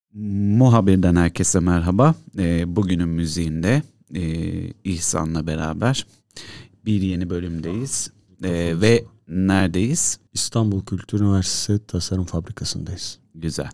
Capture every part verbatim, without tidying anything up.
Muhabir'den herkese merhaba. E, bugünün müziğinde e, İhsan'la beraber bir yeni bölümdeyiz. E, ve neredeyiz? İstanbul Kültür Üniversitesi Tasarım Fabrikası'ndayız. Güzel.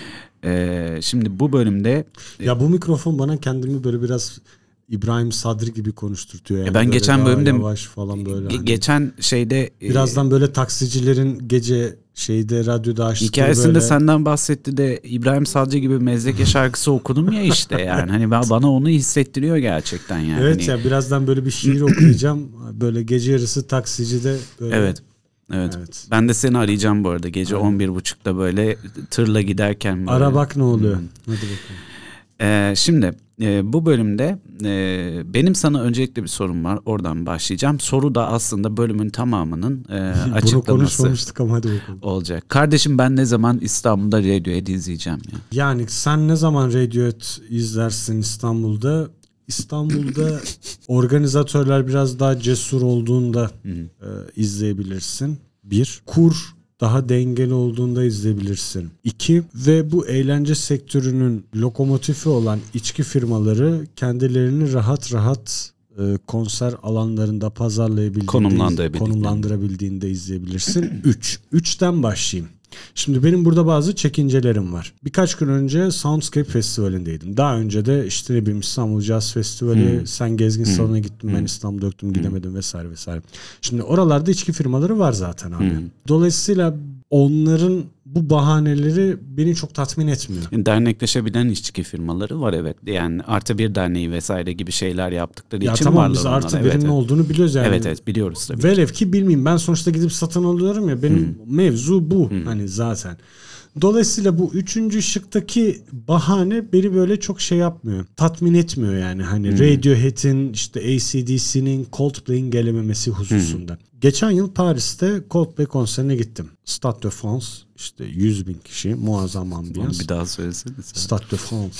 E, şimdi bu bölümde... E, ya bu mikrofon bana kendimi böyle biraz İbrahim Sadri gibi konuşturtuyor. Yani e ben geçen bölümde... Yavaş falan böyle. Ge- hani. Geçen şeyde... Birazdan böyle taksicilerin gece... Şeyde radyoda açtığı hikayesinde böyle... senden bahsetti de İbrahim Sadri gibi Mezdeke şarkısı okudum ya işte yani hani bana onu hissettiriyor gerçekten yani. Evet hani... ya birazdan böyle bir şiir okuyacağım böyle gece yarısı taksicide böyle. Evet. Evet. Evet. Ben de seni arayacağım bu arada gece on bir buçukta böyle tırla giderken. Böyle. Ara bak ne oluyor. Hmm. Hadi bakalım. Ee, şimdi e, bu bölümde e, benim sana öncelikle bir sorum var. Oradan başlayacağım. Soru da aslında bölümün tamamının e, açıklaması. Bunu konuşmamıştık ama hadi bakalım. Olacak. Kardeşim ben ne zaman İstanbul'da Radiohead izleyeceğim ya? Yani sen ne zaman Radiohead izlersin İstanbul'da? İstanbul'da organizatörler biraz daha cesur olduğunda e, izleyebilirsin. Bir. Kur daha dengeli olduğunda izleyebilirsin. İki, ve bu eğlence sektörünün lokomotifi olan içki firmaları kendilerini rahat rahat e, konser alanlarında pazarlayabildiğinde, konumlandırabildiğinde izleyebilirsin. Üç. Üçten başlayayım. Şimdi benim burada bazı çekincelerim var. Birkaç gün önce Soundscape Festivali'ndeydim. Daha önce de işte ne bileyim İstanbul Jazz Festivali, hmm. sen Gezgin hmm. Salon'a gittin, hmm. ben İstanbul'da yoktum, gidemedim hmm. vesaire vesaire. Şimdi oralarda içki firmaları var zaten abi. Hmm. Dolayısıyla onların bu bahaneleri beni çok tatmin etmiyor. Dernekleşebilen içki firmaları var evet. Yani artı bir derneği vesaire gibi şeyler yaptıkları ya için tamam, varlar biz onlar. artı evet, birinin evet. olduğunu biliyoruz yani. Evet evet biliyoruz tabii. Velev ki bilmeyeyim, ben sonuçta gidip satın alıyorum ya, benim hmm. mevzu bu hmm. hani zaten. Dolayısıyla bu üçüncü şıktaki bahane beni böyle çok şey yapmıyor. Tatmin etmiyor yani. Hani hmm. Radiohead'in, işte A C D C'nin, Coldplay'in gelememesi hususunda. Hmm. Geçen yıl Paris'te Coldplay konserine gittim. Stade de France, işte yüz bin kişi, muazzam ambiyans. Bir daha söylesene sen. Stade de France.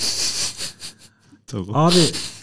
Tamam. Abi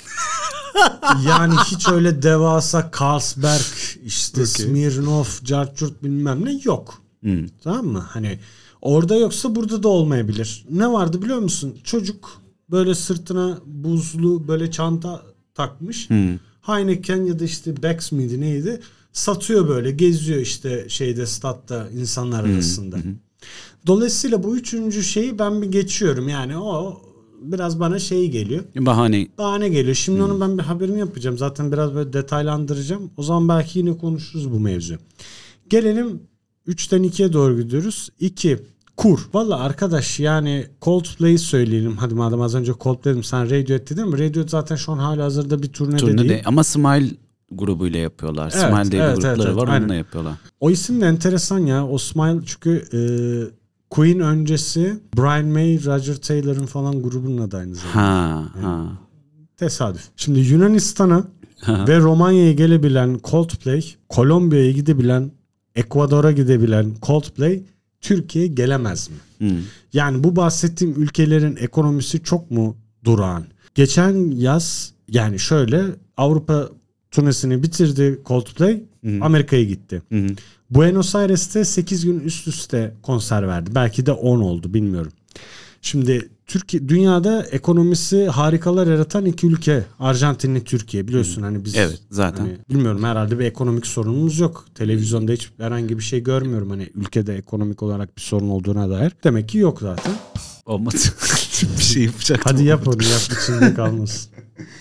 yani hiç öyle devasa Carlsberg, işte okay. Smirnoff, Carchurt bilmem ne yok. Hmm. Tamam mı? Hani orada yoksa burada da olmayabilir. Ne vardı biliyor musun? Çocuk böyle sırtına buzlu böyle çanta takmış. Hmm. Heineken ya da işte Beck's miydi neydi? Satıyor böyle, geziyor işte şeyde, statta insanlar hmm. arasında. Hmm. Dolayısıyla bu üçüncü şeyi ben bir geçiyorum. Yani o biraz bana şey geliyor. Bahane. Bahane geliyor. Şimdi hmm. onun ben bir haberini yapacağım. Zaten biraz böyle detaylandıracağım. O zaman belki yine konuşuruz bu mevzu. Gelelim üçten ikiye doğru gidiyoruz. iki. Kur. Valla arkadaş yani Coldplay'i söyleyelim. Hadi madem az önce Coldplay dedim, sen Radiohead dedin mi? Radiohead zaten şu an hala hazırda bir turnede Turne değil. De, ama Smile grubuyla yapıyorlar. Evet, Smile diye evet, grupları evet, evet, var aynen. Onunla yapıyorlar. O isim de enteresan ya. O Smile çünkü e, Queen öncesi Brian May, Roger Taylor'ın falan grubunun adı aynı zamanda. Ha, yani, ha. Tesadüf. Şimdi Yunanistan'a ve Romanya'ya gelebilen Coldplay, Kolombiya'ya gidebilen, Ekvador'a gidebilen Coldplay Türkiye'ye gelemez mi? Hmm. Yani bu bahsettiğim ülkelerin ekonomisi çok mu durağan? Geçen yaz yani şöyle Avrupa turnesini bitirdi Coldplay, hmm. Amerika'ya gitti. Hmm. Buenos Aires'te sekiz gün üst üste konser verdi. Belki de on oldu, bilmiyorum. Şimdi Türkiye, dünyada ekonomisi harikalar yaratan iki ülke. Arjantin'le Türkiye, biliyorsun hani biz evet, zaten. Hani, bilmiyorum, herhalde bir ekonomik sorunumuz yok. Televizyonda hiç herhangi bir şey görmüyorum hani ülkede ekonomik olarak bir sorun olduğuna dair. Demek ki yok zaten. Olmadı. bir şey yapacaktım. Hadi yap onu, yap, içinde kalmasın.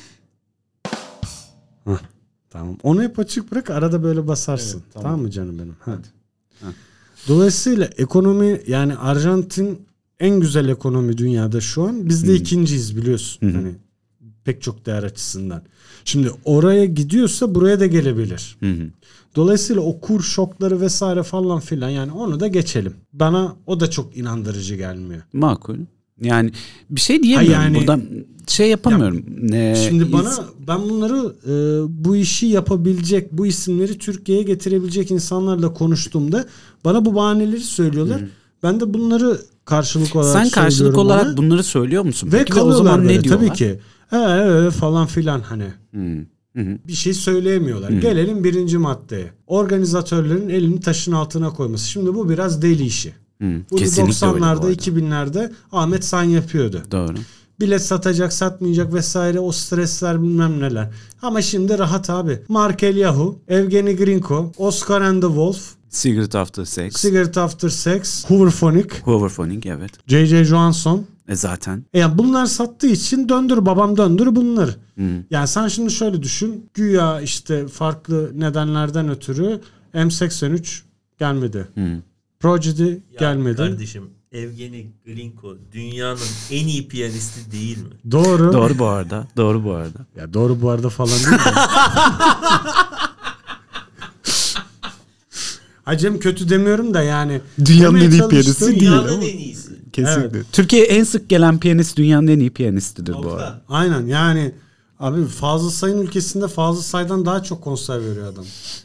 Hah, tamam. Onu hep açık bırak, arada böyle basarsın. Evet, tamam. Tamam mı canım benim? Hadi. Hadi. Dolayısıyla ekonomi, yani Arjantin en güzel ekonomi dünyada şu an. Biz de hmm. ikinciyiz biliyorsun. Hmm. Hani pek çok değer açısından. Şimdi oraya gidiyorsa buraya da gelebilir. Hmm. Dolayısıyla o kur şokları vesaire falan filan, yani onu da geçelim. Bana o da çok inandırıcı gelmiyor. Makul. Yani bir şey diyemiyorum. Yani, buradan şey yapamıyorum. Ya, ee, şimdi bana ben bunları e, bu işi yapabilecek, bu isimleri Türkiye'ye getirebilecek insanlarla konuştuğumda bana bu bahaneleri söylüyorlar. Hmm. Ben de bunları karşılık olarak Sen karşılık olarak ona. Bunları söylüyor musun? Ve Peki ve o zaman böyle, ne diyorlar? Tabii ki. Ee, ee, falan filan hani. Hmm. Hı-hı. Bir şey söyleyemiyorlar. Hmm. Gelelim birinci maddeye. Organizatörlerin elini taşın altına koyması. Şimdi bu biraz deli işi. Hı, Bunu kesinlikle öyle bu doksanlarda arada. iki binlerde Ahmet San yapıyordu. Doğru. Bilet satacak satmayacak vesaire o stresler bilmem neler. Ama şimdi rahat abi. Mark Eliyahu, Evgeny Grinko, Oscar and the Wolf, Cigarette After Sex. Cigarette After Sex, Hooverphonic, Hooverphonic evet. J J Johansson. E zaten. E yani bunlar sattığı için döndür babam döndür bunları. Hı. Yani sen şimdi şöyle düşün. Güya işte farklı nedenlerden ötürü M seksen üç gelmedi. Hı. Prodigy Ya gelmedi. kardeşim Evgeny Grinko dünyanın en iyi piyanisti değil mi? Doğru. Doğru bu arada. Doğru bu arada. Ya doğru bu arada falan değil mi? Hacım kötü demiyorum da yani. Dünyanın demeye en iyi çalıştığım- piyanisti değil Dünyanın ama. en iyisi. Kesinlikle. Evet. Türkiye'ye en sık gelen piyanist dünyanın en iyi piyanistidir bu arada. Nokta. Aynen yani abi Fazıl Say'ın ülkesinde Fazıl Say'dan daha çok konser veriyor adam.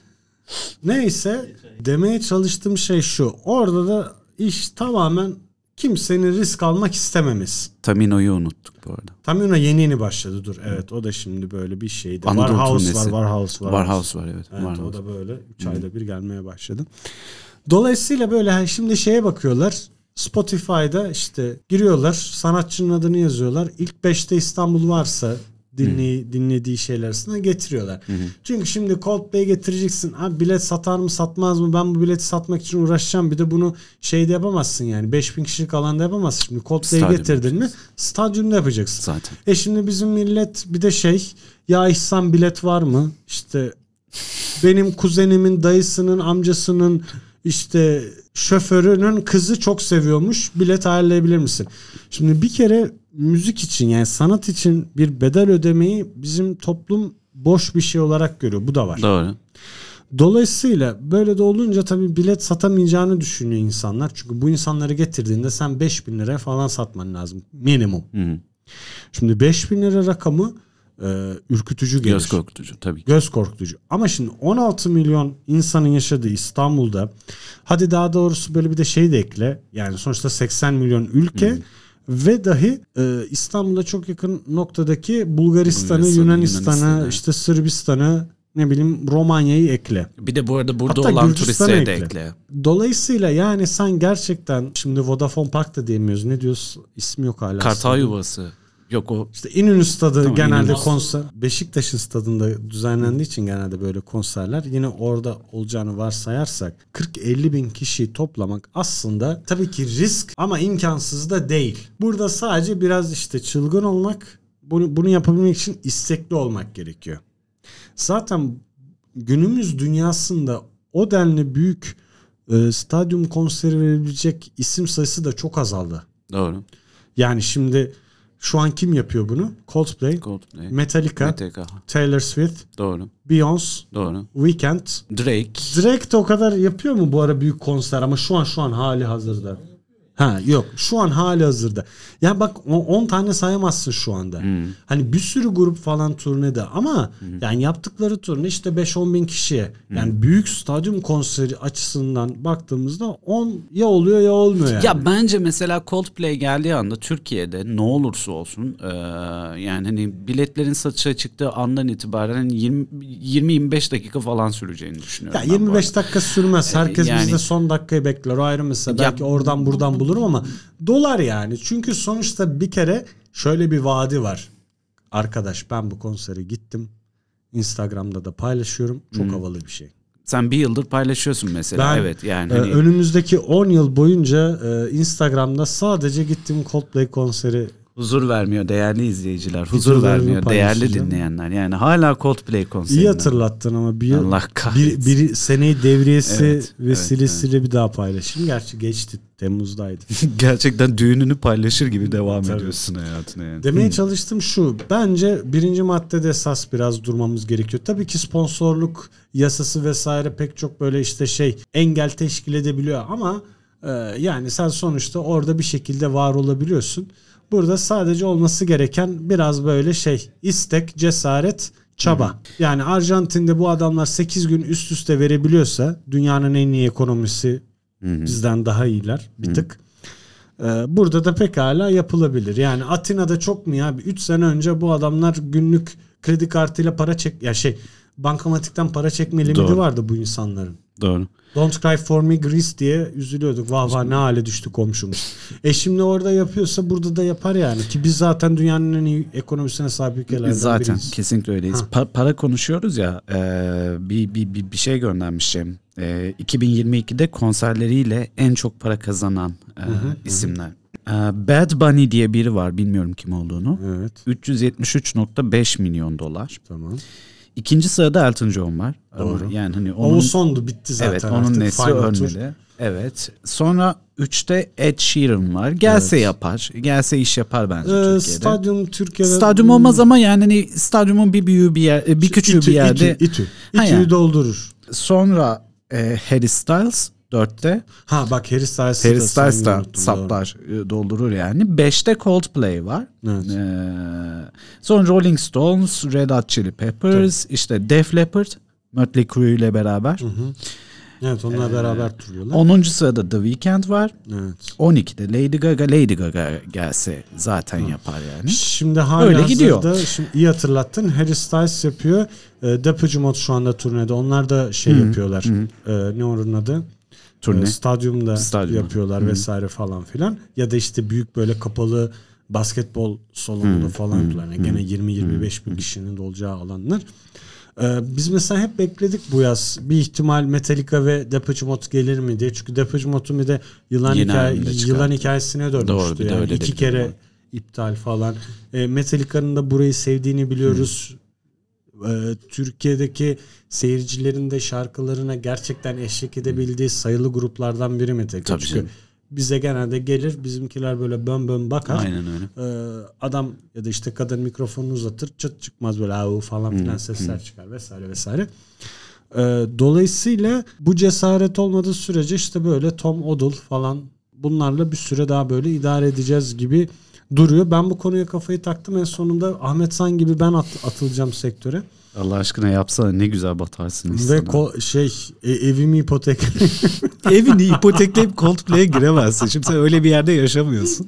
Neyse demeye çalıştığım şey şu. Orada da iş tamamen kimsenin risk almak istememesi. Tamino'yu unuttuk bu arada. Tamina yeni yeni başladı dur. Evet o da şimdi böyle bir şeydi. Anadolu Warhouse turnesi. var, Warhouse var. Warhouse var evet. Evet Warhouse. o da böyle üç ayda bir gelmeye başladı. Dolayısıyla böyle şimdi şeye bakıyorlar. Spotify'da işte giriyorlar. Sanatçının adını yazıyorlar. İlk beşte İstanbul varsa dinley, dinlediği şeyler arasında getiriyorlar. Hı hı. Çünkü şimdi Coldplay getireceksin. Abi bilet satar mı satmaz mı? Ben bu bileti satmak için uğraşacağım. Bir de bunu şeyde yapamazsın yani. beş bin kişilik alanda yapamazsın. Şimdi Coldplay'i Stadyum getirdin mi? yapacaksın. Stadyumda yapacaksın. Zaten. E şimdi bizim millet bir de şey ya İhsan bilet var mı? İşte benim kuzenimin dayısının amcasının işte şoförünün kızı çok seviyormuş. Bilet ayarlayabilir misin? Şimdi bir kere müzik için yani sanat için bir bedel ödemeyi bizim toplum boş bir şey olarak görüyor. Bu da var. Doğru. Dolayısıyla böyle de olunca tabii bilet satamayacağını düşünüyor insanlar. Çünkü bu insanları getirdiğinde sen beş bin liraya falan satman lazım. Minimum. Hı hı. Şimdi beş bin lira rakamı e, ürkütücü gelir. Göz korkutucu tabii ki. Göz korkutucu. Ama şimdi on altı milyon insanın yaşadığı İstanbul'da hadi daha doğrusu böyle bir de şey de ekle. Yani sonuçta seksen milyon ülke Hı. ve dahi e, İstanbul'a çok yakın noktadaki Bulgaristan'ı, Bulgaristan'ı, Yunanistan'ı, Yunanistan'ı. işte Sırbistan'ı, ne bileyim Romanya'yı ekle. Bir de bu arada burada Hatta olan Gürcistan'ı turistleri de ekle. ekle. Dolayısıyla yani sen gerçekten şimdi Vodafone Park da diyemiyoruz. Ne diyoruz? İsmi yok hala. Kartal Yuvası. Yok o. İşte İnönü Stadı Tamam, genelde İnönü. konser. Beşiktaş'ın stadında düzenlendiği için genelde böyle konserler. Yine orada olacağını varsayarsak kırk elli bin kişiyi toplamak aslında tabii ki risk ama imkansız da değil. Burada sadece biraz işte çılgın olmak, bunu, bunu yapabilmek için istekli olmak gerekiyor. Zaten günümüz dünyasında o denli büyük e, stadyum konseri verebilecek isim sayısı da çok azaldı. Doğru. Yani şimdi şu an kim yapıyor bunu? Coldplay, Coldplay. Metallica, Metallica. Taylor Swift, Doğru. Beyoncé, Doğru. Weekend. Drake. Drake de o kadar yapıyor mu bu ara büyük konser ama şu an şu an hali hazırda. Ha yok şu an hali hazırda. Ya bak on tane sayamazsın şu anda. Hmm. Hani bir sürü grup falan turnede ama yani yaptıkları turne işte beş on bin kişiye. Yani büyük stadyum konseri açısından baktığımızda on ya oluyor ya olmuyor yani. Ya bence mesela Coldplay geldiği anda Türkiye'de ne olursa olsun eee, yani hani biletlerin satışa çıktığı andan itibaren yirmi yirmi beş dakika falan süreceğini düşünüyorum. Ya ben bu yirmi beş arada. dakika sürmez. Herkes Yani- bizde son dakikayı bekler. O ayrı mesela. Ya- Belki oradan buradan bulurum ama dolar yani. Çünkü sonuçta bir kere şöyle bir vaadi var. Arkadaş ben bu konsere gittim. Instagram'da da paylaşıyorum. Çok havalı bir şey. Sen bir yıldır paylaşıyorsun mesela. Ben, evet yani Ee, hani önümüzdeki on yıl boyunca e, Instagram'da sadece gittiğim Coldplay konseri huzur vermiyor değerli izleyiciler. Huzur Videolarını vermiyor değerli paylaşacağım. dinleyenler. Yani hala Coldplay konserinde. iyi hatırlattın ama bir, Allah bir, kahretsin. bir seneyi devriyesi Evet, vesilesiyle bir daha paylaşayım. Gerçi geçti. Temmuz'daydı. Gerçekten düğününü paylaşır gibi devam Tabii. ediyorsun hayatına yani. Demeye çalıştım şu. Bence birinci maddede esas biraz durmamız gerekiyor. Tabii ki sponsorluk yasası vesaire pek çok böyle işte şey engel teşkil edebiliyor ama e, yani sen sonuçta orada bir şekilde var olabiliyorsun. Burada sadece olması gereken biraz böyle şey istek, cesaret, çaba. Yani Arjantin'de bu adamlar sekiz gün üst üste verebiliyorsa dünyanın en iyi ekonomisi Hı hı. bizden daha iyiler bir tık. Ee, burada da pekala yapılabilir. Yani Atina'da çok mu ya? üç sene önce bu adamlar günlük kredi kartıyla para çek ya şey bankamatikten para çekme limiti Doğru. vardı bu insanların. Doğru. Don't Cry For Me Greece diye üzülüyorduk. Vah vah ne hale düştü komşumuz. E şimdi orada yapıyorsa burada da yapar yani. Ki biz zaten dünyanın en iyi ekonomisine sahip ülkelerden Zaten biriyiz. kesinlikle öyleyiz. Pa- para konuşuyoruz ya, e, bir, bir, bir, bir şey göndermişim. E, iki bin yirmi ikide konserleriyle en çok para kazanan e, hı hı, isimler. E, Bad Bunny diye biri var, bilmiyorum kim olduğunu. Evet. üç yüz yetmiş üç virgül beş milyon dolar. Tamam. İkinci sırada Elton John var. Doğru. Ama yani hani onun, o sondu, bitti zaten. Evet, onun artık. nesli Final ölmeli. Tour. Evet. Sonra üçte Ed Sheeran var. Gelse Evet. yapar. Gelse iş yapar bence Ee, Türkiye'de. Stadyum Türkiye'de. Stadyum olmaz ama yani hani stadyumun bir büyüğü bir yer, bir küçüğü İTÜ, bir yerde. İTÜ, İTÜ. Ha İTÜ'yü yani. doldurur. Sonra e, Harry Styles dörtte. Ha bak Harry Styles Harry da Styles da unuttum, saplar e, doldurur yani. Beşte Coldplay var. Evet. Ee, sonra Rolling Stones, Red Hot Chili Peppers, Tabii. işte Def Leppard, Mötley Crüe ile beraber. Hı hı. Evet, onlar ee, beraber duruyorlar. onuncu sırada The Weeknd var. Evet. on ikide Lady Gaga. Lady Gaga gelse zaten Hı. yapar yani. Şimdi hala öyle gidiyor. Şimdi iyi hatırlattın. Harry Styles yapıyor. E, Depeche Mode şu anda turnede. Onlar da şey Hı. yapıyorlar. Hı. E, ne onun adı? Turne. E, stadyumda Stadyum. yapıyorlar Hı. vesaire falan filan. Ya da işte büyük böyle kapalı basketbol salonunda falan yapıyorlar. Yani gene yirmi yirmi beş bin kişinin olacağı alanlar. Ee, biz mesela hep bekledik bu yaz bir ihtimal Metallica ve Depeche Mode gelir mi diye. Çünkü Depeche Mode'un bir de yılan, hikaye, yılan hikayesine dönmüştü. Doğru, bir yani iki kere iptal falan. Ee, Metallica'nın da burayı sevdiğini biliyoruz. Ee, Türkiye'deki seyircilerin de şarkılarına gerçekten eşlik edebildiği sayılı gruplardan biri Metallica. Tabii Çünkü canım. Bize genelde gelir, bizimkiler böyle bön bön bakar. Aynen öyle. Ee, adam ya da işte kadın mikrofonunu uzatır, çıt çıkmaz böyle avu falan filan sesler çıkar vesaire vesaire. Ee, dolayısıyla bu cesaret olmadığı sürece işte böyle Tom Odell falan bunlarla bir süre daha böyle idare edeceğiz gibi duruyor. Ben bu konuya kafayı taktım, en sonunda Ahmet San gibi ben at, atılacağım sektöre. Allah aşkına yapsana, ne güzel batarsın. Ve ko- şey e, evimi ipotek. Evini ipotekleyip Coldplay'e giremezsin. Şimdi sen öyle bir yerde yaşamıyorsun.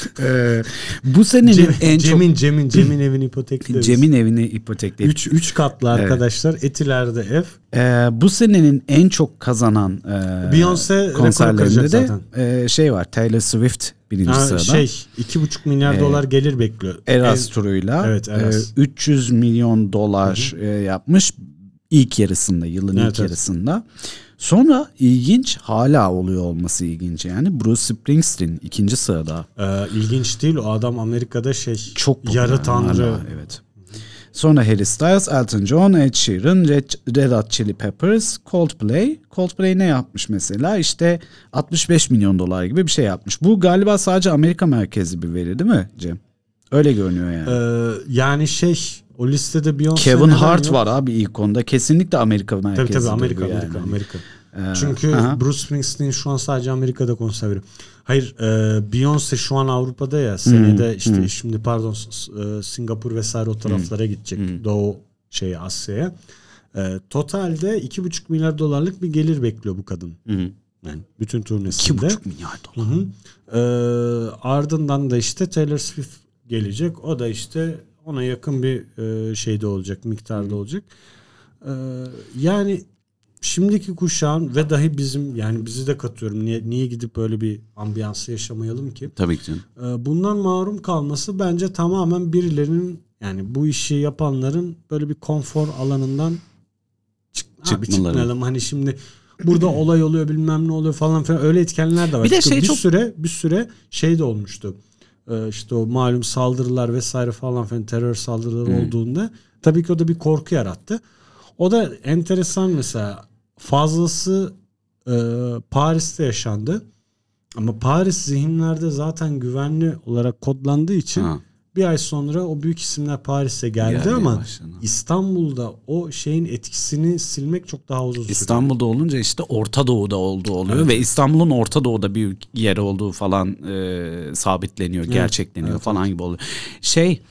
Ee, bu senenin Cem, en Cem'in, çok... Cem'in, Cem'in evini ipotekleriz. Cem'in evini ipotekleyip. Üç, üç katlı arkadaşlar. Evet. Etiler'de ev. Ee, bu senenin en çok kazanan e, Beyoncé konserlerinde de zaten. E, şey var. Taylor Swift birinci ha, sırada. Şey iki buçuk milyar ee, dolar gelir bekliyor. Eras Ev, turuyla evet, Eras. E, üç yüz milyon dolar e, yapmış ilk yarısında, yılın evet, ilk evet. yarısında. Sonra ilginç, hala oluyor olması ilginç yani. Bruce Springsteen ikinci sırada. Ee, ilginç değil, o adam Amerika'da şey çok yarı tanrı. Hala, evet. Sonra Harry Styles, Elton John, Ed Sheeran, Red, Red Hot Chili Peppers, Coldplay. Coldplay ne yapmış mesela? İşte altmış beş milyon dolar gibi bir şey yapmış. Bu galiba sadece Amerika merkezli bir veri değil mi Cem? Öyle görünüyor yani. Ee, yani şey, o listede Beyoncé, Kevin Hart yok? Var abi ilk onda. Kesinlikle Amerika merkezli. Tabii tabii Amerika, yani. Amerika, Amerika. Ee, Çünkü aha. Bruce Springsteen şu an sadece Amerika'da konser veriyor. Hayır, e, Beyoncé şu an Avrupa'da ya. Senede hmm, işte hmm. şimdi pardon e, Singapur vesaire o taraflara hmm. gidecek. Hmm. Doğu şey Asya'ya. E, totalde iki buçuk milyar dolarlık bir gelir bekliyor bu kadın. Hmm. Yani bütün turnesinde. iki buçuk milyar dolar. Hı hı. E, ardından da işte Taylor Swift gelecek. O da işte ona yakın bir e, şeyde olacak, miktarda hmm. olacak. E, yani şimdiki kuşağın ve dahi bizim, yani bizi de katıyorum. Niye, niye gidip böyle bir ambiyansı yaşamayalım ki? Tabii ki canım. Bundan mahrum kalması bence tamamen birilerinin, yani bu işi yapanların böyle bir konfor alanından çık, abi çıkmayalım. Hani şimdi burada olay oluyor, bilmem ne oluyor falan filan, öyle etkenler de var. Bir de şey bir çok... süre bir süre şey de olmuştu. İşte o malum saldırılar vesaire falan filan, terör saldırıları hmm. olduğunda tabii ki o da bir korku yarattı. O da enteresan mesela. Fazlası e, Paris'te yaşandı. Ama Paris zihinlerde zaten güvenli olarak kodlandığı için ha. bir ay sonra o büyük isimler Paris'e geldi Gelmeye ama başladı. İstanbul'da o şeyin etkisini silmek çok daha uzun sürdü. İstanbul'da olunca işte Orta Doğu'da olduğu oluyor evet. ve İstanbul'un Orta Doğu'da bir yer olduğu falan e, sabitleniyor, evet. gerçekleniyor evet, falan evet. gibi oluyor. Şey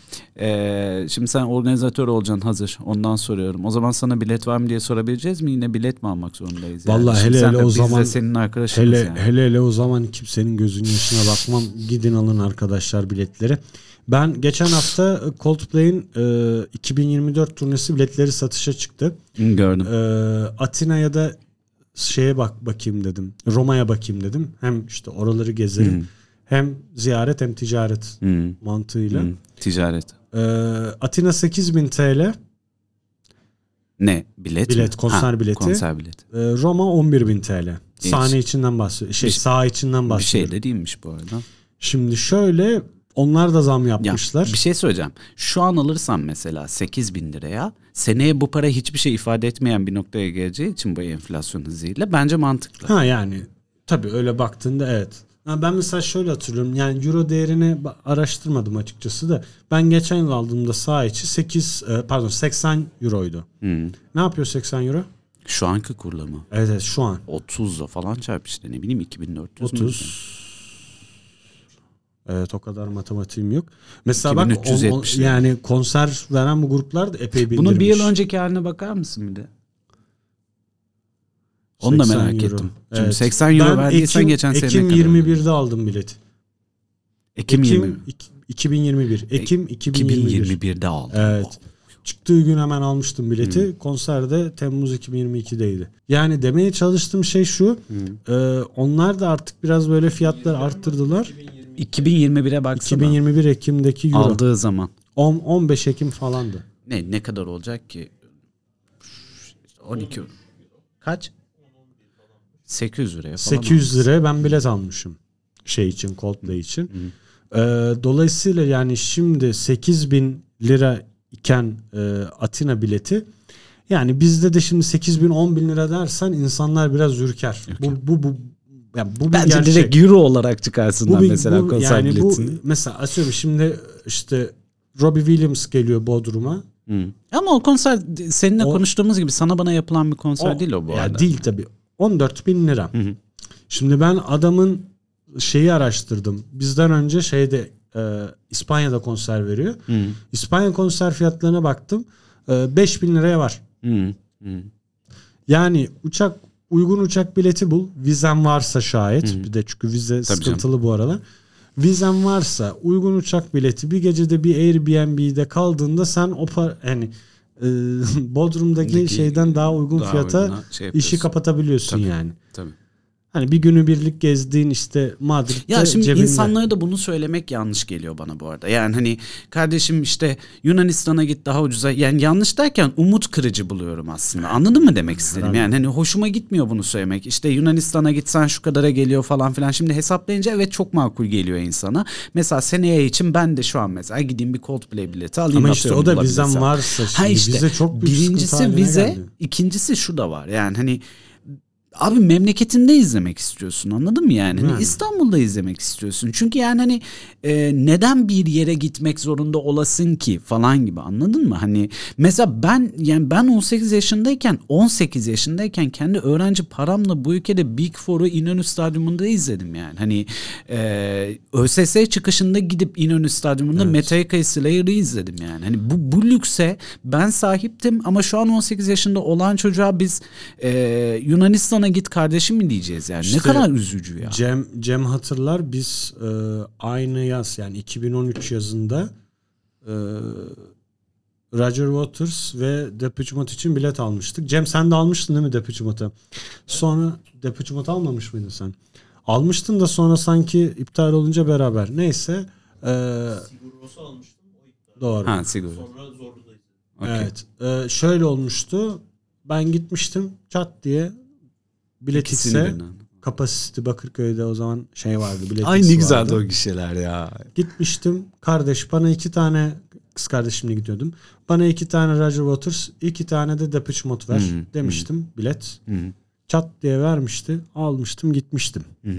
e, şimdi sen organizatör olacaksın hazır. Ondan soruyorum. O zaman sana bilet var mı diye sorabileceğiz mi? Yine bilet mi almak zorundayız? Yani? Vallahi hele hele o zaman senin arkadaşınız hele, yani. hele hele o zaman kimsenin gözünün yaşına bakmam. Gidin alın arkadaşlar biletleri. Ben geçen hafta Coldplay'in e, iki bin yirmi dört turnesi biletleri satışa çıktı. Gördüm. E, Atina ya da şeye bak bakayım dedim. Roma'ya bakayım dedim. Hem işte oraları gezerim. Hmm. Hem ziyaret hem ticaret hmm. mantığıyla. Hmm. Ticaret. Ee, Atina sekiz bin T L. Ne? Bilet Bilet, mi? konser ha, bileti. Konser bileti. Ee, Roma on bir bin T L. Hiç. Sahne içinden bahsediyor. Şey, saha içinden bahsediyor. Bir şey de değilmiş bu arada. Şimdi şöyle, onlar da zam yapmışlar. Ya, bir şey söyleyeceğim. Şu an alırsan mesela sekiz bin liraya, seneye bu para hiçbir şey ifade etmeyen bir noktaya geleceği için bu enflasyon hızıyla bence mantıklı. Ha yani tabii öyle baktığında evet. Ben mesela şöyle hatırlıyorum, yani euro değerini araştırmadım açıkçası da, ben geçen yıl aldığımda saha içi sekiz pardon seksen euroydu. Hmm. Ne yapıyor seksen euro? Şu anki kurla mı? Evet, evet şu an. otuzla falan çarp işte, ne bileyim iki bin dört yüz otuz. Evet, o kadar matematiğim yok. Mesela bak on, on, yani konser veren bu gruplar da epey bildirmiş. Bunun bir yıl önceki haline bakar mısın bir de? Onu da merak euro. ettim. Çünkü evet. seksen euro ben verdiysen Ekim, geçen sene Ekim kadar. yirmi birde aldım bileti. Ekim, Ekim yirmi iki bin yirmi bir. Ekim iki bin yirmi bir. iki bin yirmi birde aldım. Evet. Oh. Çıktığı gün hemen almıştım bileti. Hmm. Konserde Temmuz iki bin yirmi ikideydi. Yani demeye çalıştığım şey şu. Hmm. E, onlar da artık biraz böyle fiyatları arttırdılar. iki bin yirmi bire baksana. iki bin yirmi bir Ekim'deki euro. Aldığı zaman. on on beş Ekim falandı. Ne ne kadar olacak ki? on iki. Kaç? sekiz yüz liraya falan. sekiz yüz liraya ben bilet almışım. Şey için, Coldplay için. Hı. Ee, dolayısıyla yani şimdi sekiz bin lira iken e, Atina bileti, yani bizde de şimdi sekiz bin on bin lira dersen insanlar biraz ürker. Okay. Bu bu bu yani bu bence gerçek. Direkt euro olarak çıkarsınlar bu, mesela bu, konser yani biletini. Bu, mesela atıyorum şimdi işte Robbie Williams geliyor Bodrum'a. Hı. Ama o konser seninle o, konuştuğumuz gibi sana bana yapılan bir konser o, değil o bu ya arada. Değil tabii. on dört bin lira. Hı hı. Şimdi ben adamın şeyi araştırdım. Bizden önce şeyde e, İspanya'da konser veriyor. Hı hı. İspanya konser fiyatlarına baktım. E, beş bin liraya var. Hı hı. Yani uçak uygun uçak bileti bul. Vizen varsa şayet. Hı hı. Bir de çünkü vize tabii sıkıntılı canım. Bu aralar. Vizen varsa uygun uçak bileti, bir gecede bir Airbnb'de kaldığında sen o para, yani e, Bodrum'daki Deki, şeyden daha uygun daha fiyata şey işi kapatabiliyorsun tabii, yani. Tabii. Hani bir günü birlik gezdiğin işte Madrid'de ya şimdi cebinde. İnsanlara da bunu söylemek yanlış geliyor bana bu arada. Yani hani kardeşim işte Yunanistan'a git daha ucuza. Yani yanlış derken umut kırıcı buluyorum aslında. Anladın mı demek istedim? Yani hani hoşuma gitmiyor bunu söylemek. İşte Yunanistan'a gitsen şu kadara geliyor falan filan. Şimdi hesaplayınca evet çok makul geliyor insana. Mesela seneye için ben de şu an mesela gideyim bir Coldplay bileti alayım. Ama işte o da vizen varsa şimdi. Ha işte, vize çok büyük birincisi vize, geldi. İkincisi şu da var. Yani hani abi memleketinde izlemek istiyorsun, anladın mı yani? Hani İstanbul'da izlemek istiyorsun. Çünkü yani hani e, neden bir yere gitmek zorunda olasın ki falan gibi, anladın mı? Hani mesela ben yani ben on sekiz yaşındayken on sekiz yaşındayken kendi öğrenci paramla bu ülkede Big Four'u İnönü Stadyumunda izledim yani. Hani e, ÖSS çıkışında gidip İnönü Stadyumunda evet. Metallica Slayer'ı izledim yani. Hani bu, bu lükse ben sahiptim ama şu an on sekiz yaşında olan çocuğa biz e, Yunanistan'a git kardeşim mi diyeceğiz yani? İşte ne kadar üzücü ya. Cem Cem hatırlar, biz e, aynı yaz yani iki bin on üç yazında e, Roger Waters ve Depeche Mode için bilet almıştık. Cem sen de almıştın değil mi Depeche Mode'u? Sonra Depeche Mode almamış mıydın sen? Almıştın da sonra sanki iptal olunca beraber. Neyse. E, Sigur Ros'u almıştım. O iptal. Doğru. Ha, Sigur. Sonra Zorlu'dayız. Okay. Evet. E, şöyle olmuştu. Ben gitmiştim çat diye bilet ise Capacity Bakırköy'de o zaman şey vardı. Ay ne güzeldi o gişeler ya. Gitmiştim. Kardeş bana iki tane, kız kardeşimle gidiyordum. Bana iki tane Roger Waters, iki tane de Depeche Mode ver hmm. demiştim hmm. bilet. Hmm. Çat diye vermişti. Almıştım gitmiştim. Hmm.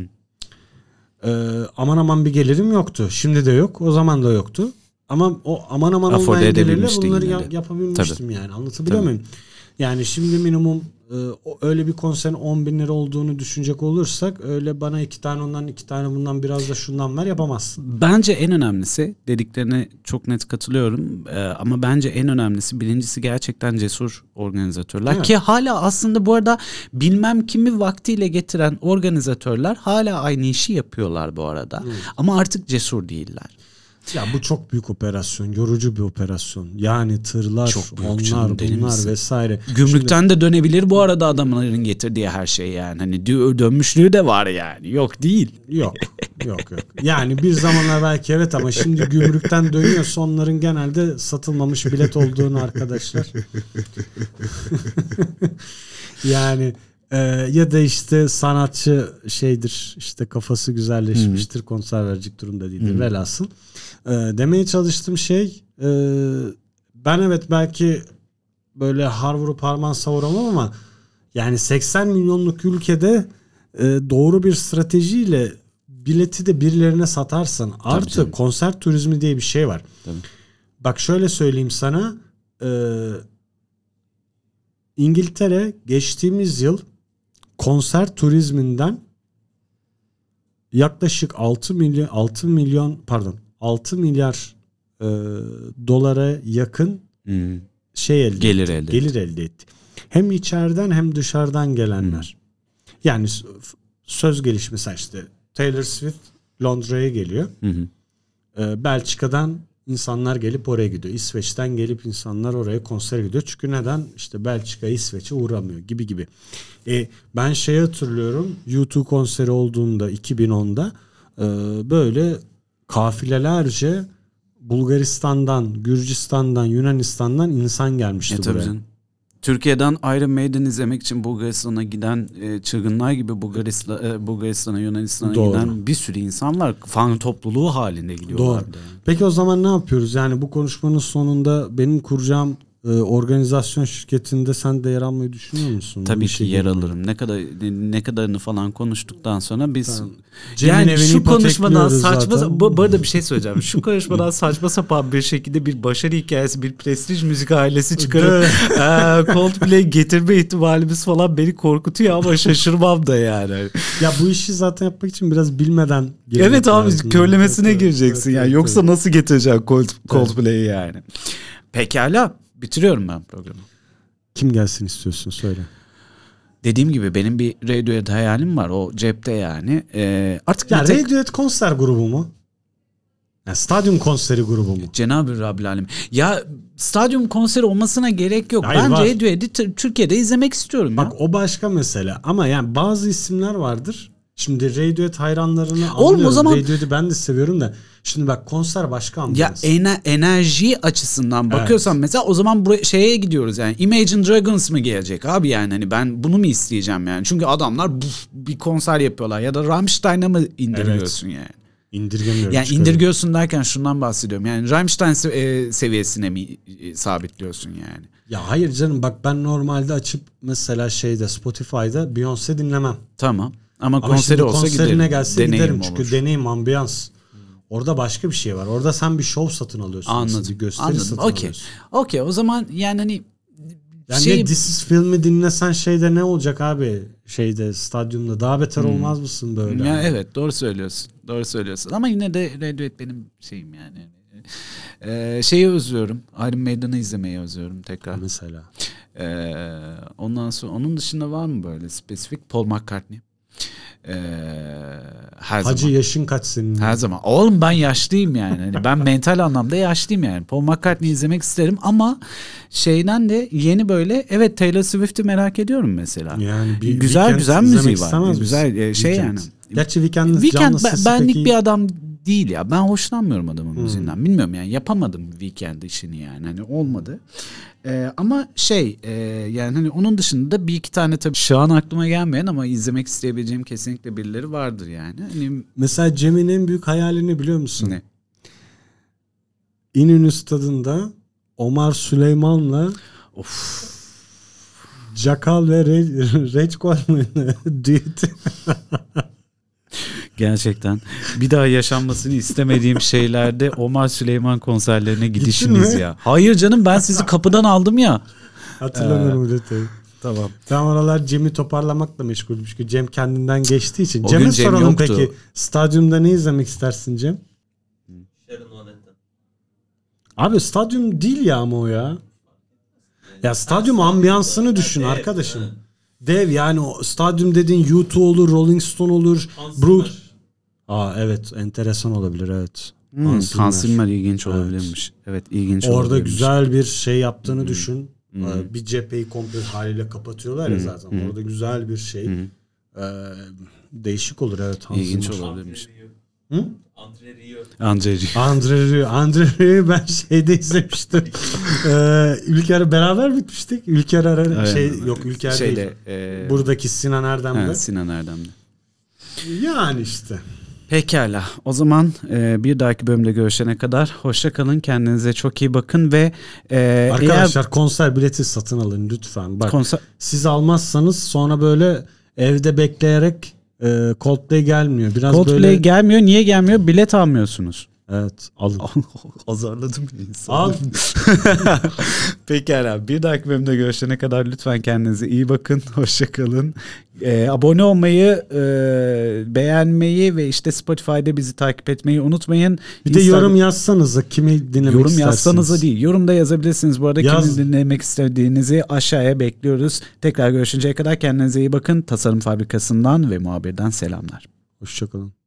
Ee, aman aman bir gelirim yoktu. Şimdi de yok. O zaman da yoktu. Ama o aman aman Afford olmayan gelirle bunları ya, yapabilmiştim. Tabii. Yani. Anlatabiliyor Tabii. muyum? Yani şimdi minimum e, öyle bir konserin on bin lira olduğunu düşünecek olursak öyle bana iki tane ondan iki tane bundan biraz da şundan ver yapamazsın. Bence en önemlisi, dediklerine çok net katılıyorum ee, ama bence en önemlisi birincisi gerçekten cesur organizatörler. Evet. Ki hala aslında bu arada bilmem kimi vaktiyle getiren organizatörler hala aynı işi yapıyorlar bu arada. Evet. Ama artık cesur değiller. Ya bu çok büyük operasyon, yorucu bir operasyon. Yani tırlar, Çok büyük onlar, canım, deli bunlar misin? vesaire. Gümrükten Şimdi, de dönebilir bu arada adamların getirdiği her şey yani. Hani dö- dönmüşlüğü de var yani. Yok değil. Yok. Yok yok. Yani bir zamanlar belki evet ama şimdi gümrükten dönüyorsa onların genelde satılmamış bilet olduğunu arkadaşlar. Yani e, ya da işte sanatçı şeydir, işte kafası güzelleşmiştir, hmm. konser verecek durumda değildir. Hmm. Velhasıl e, demeye çalıştığım şey e, ben evet belki böyle har vurup harman savuramam ama yani seksen milyonluk ülkede e, doğru bir stratejiyle bileti de birilerine satarsan artı tabii, konser turizmi diye bir şey var. Tabii. Bak şöyle söyleyeyim sana, e, İngiltere geçtiğimiz yıl konser turizminden yaklaşık altı milyon altı milyon pardon altı milyar e, dolara yakın hmm. şey elde gelir etti, elde gelir elde etti. Hem içeriden hem dışarıdan gelenler. Hmm. Yani söz gelişi mesela işte Taylor Swift Londra'ya geliyor. Hı hı. Ee, Belçika'dan insanlar gelip oraya gidiyor. İsveç'ten gelip insanlar oraya konsere gidiyor. Çünkü neden? İşte Belçika, İsveç'e uğramıyor gibi gibi. Ee, ben şey hatırlıyorum. U iki konseri olduğunda iki bin onda e, böyle kafilelerce Bulgaristan'dan, Gürcistan'dan, Yunanistan'dan insan gelmişti e, buraya. Canım. Türkiye'den Iron Maiden izlemek için Bulgaristan'a giden e, çılgınlar gibi Bulgaristan, e, Bulgaristan'a, Yunanistan'a Doğru. giden bir sürü insan var. Fan topluluğu halinde gidiyorlar. Doğru. Peki o zaman ne yapıyoruz? Yani bu konuşmanın sonunda benim kuracağım e, organizasyon şirketinde sen de yer almayı düşünüyor musun? Tabii ki yer alırım. Ne kadar ne kadarını falan konuştuktan sonra biz tamam. yani şu konuşmadan saçma bu, bu arada bir şey söyleyeceğim. Şu konuşmadan saçma sapan bir şekilde bir başarı hikayesi, bir prestij müzik ailesi çıkarıp e, Coldplay getirme ihtimalimiz falan beni korkutuyor ama şaşırmam da yani. Ya bu işi zaten yapmak için biraz bilmeden evet abi lazım. Körlemesine evet, gireceksin evet, yani. Evet, yoksa evet. nasıl getireceksin Cold, Coldplay'i evet. yani. Pekala. Bitiriyorum ben programı. Kim gelsin istiyorsun söyle. Dediğim gibi benim bir Radiohead hayalim var. O cepte yani. Ee, artık ya tek... Radiohead konser grubu mu? Ya stadyum konseri grubu mu? Cenab-ı Rabbil Alem. Ya stadyum konseri olmasına gerek yok. Hayır, ben var. Radiohead'i t- Türkiye'de izlemek istiyorum. Bak ya. O başka mesele. Ama yani bazı isimler vardır. Şimdi Radiohead hayranlarını Oğlum, anlıyorum. O zaman... Radiohead'i ben de seviyorum da. Şimdi bak konser başka ambiyans. Ya ener- enerji açısından bakıyorsan evet. mesela o zaman buraya şeye gidiyoruz yani. Imagine Dragons mı gelecek abi yani hani ben bunu mu isteyeceğim yani? Çünkü adamlar buf, bir konser yapıyorlar ya da Rammstein'a mı indirgiyorsun evet. yani? İndirgemiyorum. Yani çıkarım. indirgiyorsun derken şundan bahsediyorum. Yani Rammstein se- seviyesine mi sabitliyorsun yani? Ya hayır canım bak ben normalde açıp mesela şeyde Spotify'da Beyoncé dinlemem. Tamam. Ama konseri Ama olsa konserine giderim. gelse deneyim giderim olur. çünkü deneyim, ambiyans. Orada başka bir şey var. Orada sen bir show satın alıyorsun. Anladım. Bir gösteri Anladım. satın okay. alıyorsun. Okey. O zaman yani hani yani şey... ne This Is filmi dinlesen şeyde ne olacak abi? Şeyde stadyumda daha beter hmm. olmaz mısın böyle? Ya evet doğru söylüyorsun. Doğru söylüyorsun. Ama yine de Radiohead benim şeyim yani. Ee, şeyi özlüyorum. Iron Maiden'ı izlemeyi özlüyorum tekrar. Mesela. Ee, ondan sonra onun dışında var mı böyle spesifik? Paul McCartney. Ee, her Hacı zaman. yaşın kaç senin? Her zaman. Oğlum ben yaşlıyım yani. yani ben mental anlamda yaşlıyım yani. Paul McCartney'i izlemek isterim ama şeyden de yeni böyle evet Taylor Swift'i merak ediyorum mesela. Yani bir güzel güzel müziği var. Güzel e, şey Weekend. yani. Gerçi Weekend'in Weekend canlı sesi ben, benlik peki... bir adam değil ya. Ben hoşlanmıyorum adamın hmm. müziğinden. Bilmiyorum yani yapamadım Weekend işini yani. Hani olmadı. Ee, ama şey e, yani hani onun dışında bir iki tane tabii şu an aklıma gelmeyen ama izlemek isteyebileceğim kesinlikle birileri vardır yani. Hani... Mesela Cem'in en büyük hayalini biliyor musun? Ne? İnönü Stadı'nda Omar Süleyman'la of. Çakal ve Reçkol'un düğütü. Gerçekten bir daha yaşanmasını istemediğim şeylerde Omar Süleyman konserlerine gidişiniz ya. Hayır canım ben sizi kapıdan aldım ya. Hatırlamıyorum ee, detayı. Tamam. Tam oralar Cem'i toparlamakla meşgulmüş ki Cem kendinden geçtiği için. Cem'e Cem soralım yoktu. Peki stadyumda ne izlemek istersin Cem? Sharon Vanet'ten. Abi stadyum değil ya ama o ya. Ya stadyum ambiyansını düşün arkadaşım. Dev yani o stadyum dediğin U iki olur, Rolling Stone olur, Brooks. Aa evet enteresan olabilir evet. Hmm, Hans Zimmer. Hans Zimmer ilginç Evet. olabilirmiş. Evet, ilginç Orada olabilirmiş. güzel bir şey yaptığını düşün. Hmm. Ee, Bir cepheyi komple haliyle kapatıyorlar ya Hmm. zaten. Hmm. Orada güzel bir şey. Hmm. Ee, değişik olur evet. Hans İlginç Zimmer. olabilirmiş. Hı? Andre Rio. Andrei. Andre Rieu. Andre Rieu'yu ben şeyde izlemiştim. ee, Ülker beraber bitmiştik. Ülker ara Evet. şey yok Ülker değil. Şeyle, e, Buradaki Sinan Erdem'de. he, Sinan Erdem'de. Yani işte. Pekala. O zaman e, bir dahaki bölümde görüşene kadar hoşça kalın. Kendinize çok iyi bakın ve e, Arkadaşlar konser bileti satın alın lütfen. Bak konser siz almazsanız sonra böyle evde bekleyerek e, Coldplay gelmiyor. Biraz Coldplay böyle gelmiyor. Niye gelmiyor? Bilet almıyorsunuz. evet alın. Azarladım insanı. Al. Pekala. Bir dahaki bölümde görüşene kadar lütfen kendinize iyi bakın. Hoşça kalın. Ee, abone olmayı, e, beğenmeyi ve işte Spotify'da bizi takip etmeyi unutmayın. Bir de Instagram- yorum yazsanıza kimi dinlemek Yorum istersiniz. yazsanıza değil. Yorumda yazabilirsiniz. Bu arada Yaz. kimi dinlemek istediğinizi aşağıya bekliyoruz. Tekrar görüşünceye kadar kendinize iyi bakın. Tasarım Fabrikası'ndan ve muhabirden selamlar. Hoşçakalın.